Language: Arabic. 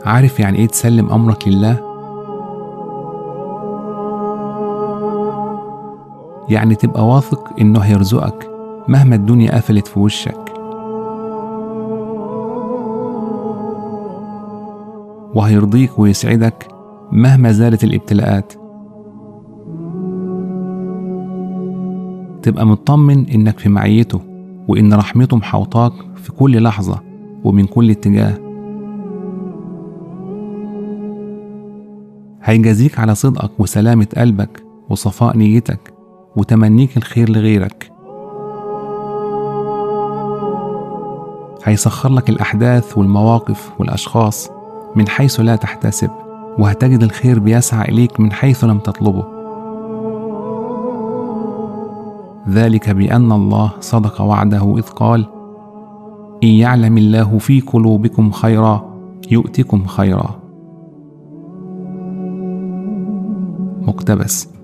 عارف يعني إيه تسلم أمرك لله؟ يعني تبقى واثق إنه هيرزقك مهما الدنيا قفلت في وشك، وهيرضيك ويسعدك مهما زالت الابتلاءات. تبقى مطمن إنك في معيته، وإن رحمته محوطاك في كل لحظة ومن كل اتجاه. هيجازيك على صدقك وسلامة قلبك وصفاء نيتك وتمنيك الخير لغيرك. هيسخر لك الأحداث والمواقف والأشخاص من حيث لا تحتسب، وهتجد الخير بيسعى إليك من حيث لم تطلبه. ذلك بأن الله صدق وعده إذ قال: إن يعلم الله في قلوبكم خيرا يؤتكم خيرا. مقتبس.